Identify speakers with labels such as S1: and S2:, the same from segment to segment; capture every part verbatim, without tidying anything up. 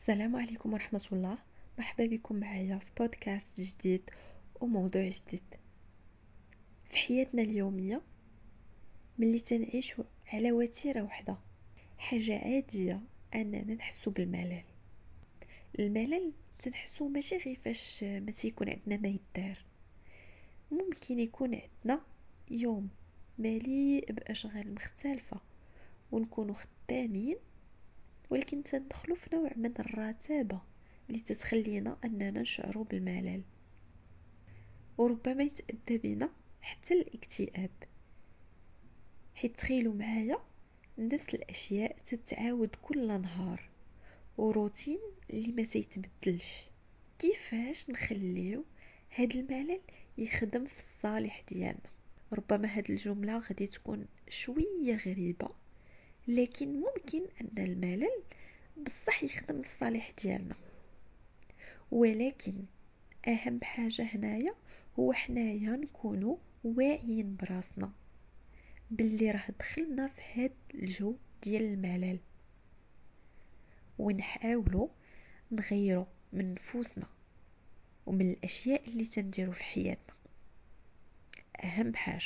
S1: السلام عليكم ورحمة الله. مرحبا بكم معايا في بودكاست جديد وموضوع جديد. في حياتنا اليومية ملي تنعيش على وتيرة واحدة، حاجة عادية أننا نحسو بالملل. الملل تنحسو ماشي غير فاش ما تيكون عندنا ما يدار، ممكن يكون عندنا يوم مليء بأشغال مختلفة ونكونوا خدامين، ولكن تندخلوا في نوع من الرتابة اللي تتخلينا أننا نشعروا بالملل، وربما يتأدى بنا حتى الاكتئاب. حيت تخيلوا معايا نفس الأشياء تتعاود كل نهار وروتين اللي ما تيتبدلش. كيفاش نخليو هاد الملل يخدم في الصالح ديالنا؟ ربما هاد الجملة غادي تكون شوية غريبة، لكن ممكن أن الملل بصح يخدم للصالح ديالنا، ولكن اهم حاجة هنايا هو حنايا نكونوا واعيين براسنا باللي راه دخلنا في هاد الجو ديال الملل، ونحاولوا نغيروا من نفوسنا ومن الاشياء اللي تنديروا في حياتنا. اهم حاجة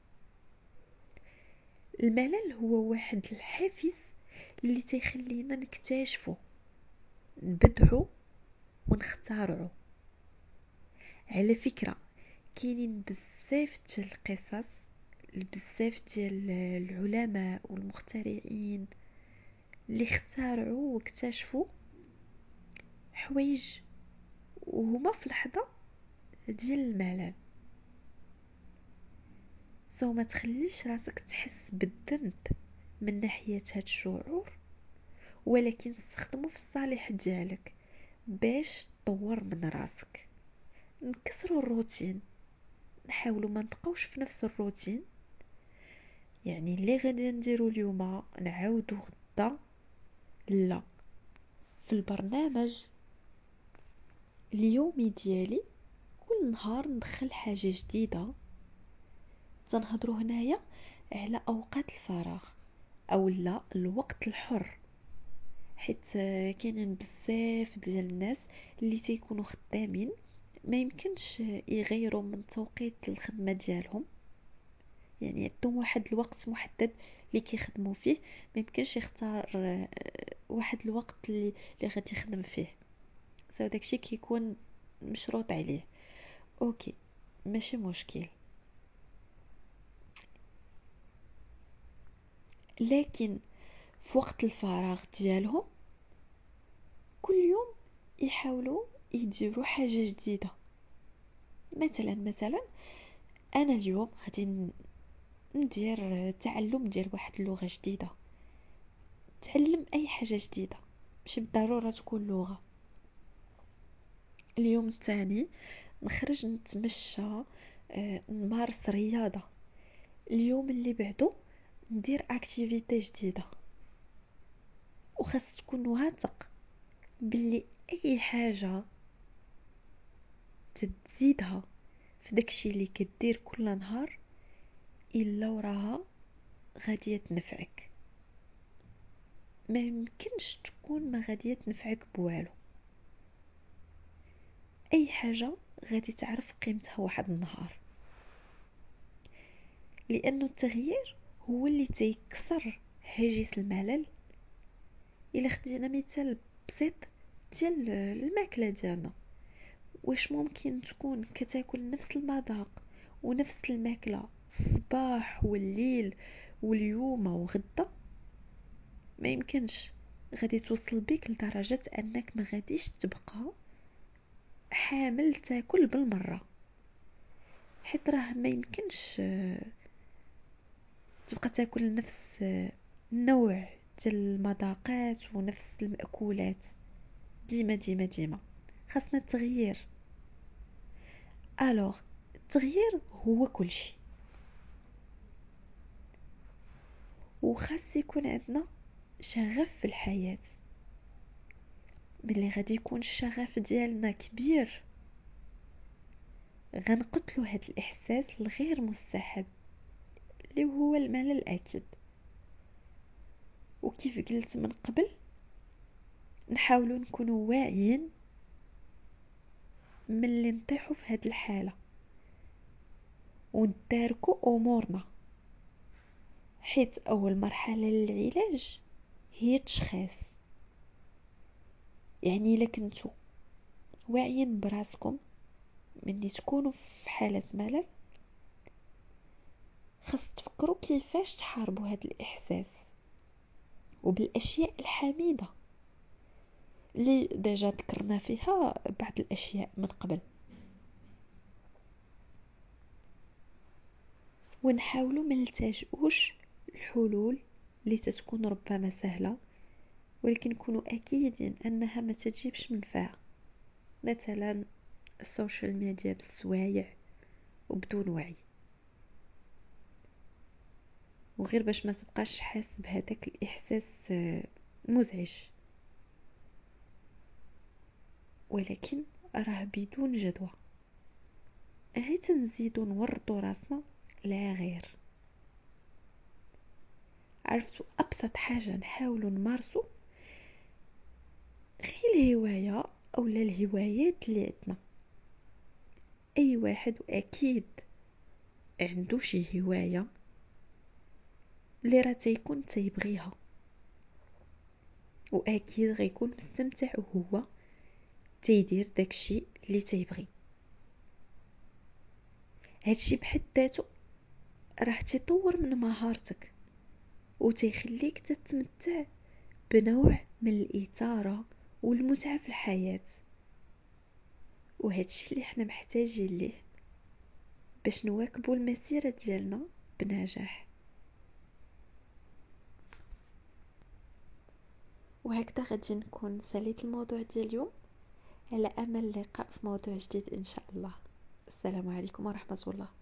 S1: الملل هو واحد الحافز اللي تيخلينا نكتشفوا، نبدعوا ونخترعوا. على فكرة كاينين بزاف ديال القصص، بزاف ديال العلماء والمخترعين اللي اخترعوا واكتشفوا حوايج وهما في لحظة ديال الملل. سو ما تخليش راسك تحس بالذنب من ناحية هاد الشعور، ولكن استخدمه في الصالح ديالك باش تطور من راسك. نكسروا الروتين، نحاولوا ما نبقاوش في نفس الروتين. يعني اللي غادي نديرو اليوم نعاودو غدا لا. في البرنامج اليومي ديالي كل نهار ندخل حاجة جديدة. تنهضروا هنايا على اوقات الفراغ او لا الوقت الحر، حيت كاينين بزاف ديال الناس اللي تيكونوا خدامين ما يمكنش يغيروا من توقيت الخدمة ديالهم. يعني عندهم واحد الوقت محدد اللي كيخدموا فيه، ما يمكنش يختار واحد الوقت اللي اللي غادي يخدم فيه. سو داكشي كيكون مشروط عليه. اوكي ماشي مشكل، لكن في وقت الفراغ ديالهم كل يوم يحاولوا يديروا حاجة جديدة. مثلا مثلا انا اليوم غادي ندير تعلم ديال واحد اللغة جديدة. تعلم اي حاجة جديدة، مش بالضرورة تكون لغة. اليوم الثاني نخرج نتمشى، آه، نمارس رياضة. اليوم اللي بعده ندير اكتيفيتي جديدة. وخاص تكون واثق باللي اي حاجة تزيدها في داكشي اللي كدير كل نهار الا وراها غادية تنفعك. ما يمكنش تكون ما غادية تنفعك بوالو. اي حاجة غادي تعرف قيمتها واحد النهار، لانه التغيير هو اللي تيكسر هاجس الملل. الا خدينا مثال بسيط ديال الماكله ديالنا، واش ممكن تكون كتاكل نفس المذاق ونفس الماكله الصباح والليل واليوم وغدا؟ ما يمكنش. غادي توصل بك لدرجه انك ما غاديش تبقى حامل تاكل بالمره، حيت راه ما يمكنش تبقى تاكل نفس النوع ديال المذاقات ونفس المأكولات ديما ديما ديما. خاصنا التغيير. الوغ التغيير هو كل شيء، وخاص يكون عندنا شغف في الحياة. ملي غادي يكون الشغف ديالنا كبير غنقتلو هاد الاحساس الغير مستحب اللي هو الملل اكيد. وكيف قلت من قبل، نحاولوا نكونوا واعيين من اللي نطيحوا في هذه الحالة ونداركوا امورنا، حيث اول مرحلة للعلاج هي التشخيص. يعني الا كنتوا واعيين براسكم ملي تكونوا في حالة ملل، خاص تفكروا كيفاش تحاربوا هذا الاحساس وبالاشياء الحميدة اللي ديجا ذكرنا فيها بعض الاشياء من قبل، ونحاولوا ما نلتجئوش الحلول اللي تتكون ربما سهلة ولكن نكونوا اكيدين انها ما تجيبش منفعه، مثلا السوشيال ميديا بالسوايع وبدون وعي، وغير باش ما تبقاش حاس بهذاك الاحساس مزعج. ولكن راه بدون جدوى، غير تنزيدو نورطو راسنا لا غير. عرفتوا ابسط حاجه نحاولوا نمارسو غير الهوايه او لا الهوايات اللي عندنا. اي واحد اكيد عنده شي هوايه اللي راه تيكون تيبغيها، واكيد غيكون مستمتع وهو تيدير داكشي اللي تيبغي. هادشي بحد ذاته راه تيطور من مهارتك وتيخليك تتمتع بنوع من الاثاره والمتعه في الحياه، وهادشي اللي احنا محتاجين ليه باش نواكبوا المسيره ديالنا بنجاح. وهكذا غادي نكون ساليت الموضوع ديال اليوم، على امل اللقاء في موضوع جديد ان شاء الله. السلام عليكم ورحمه الله.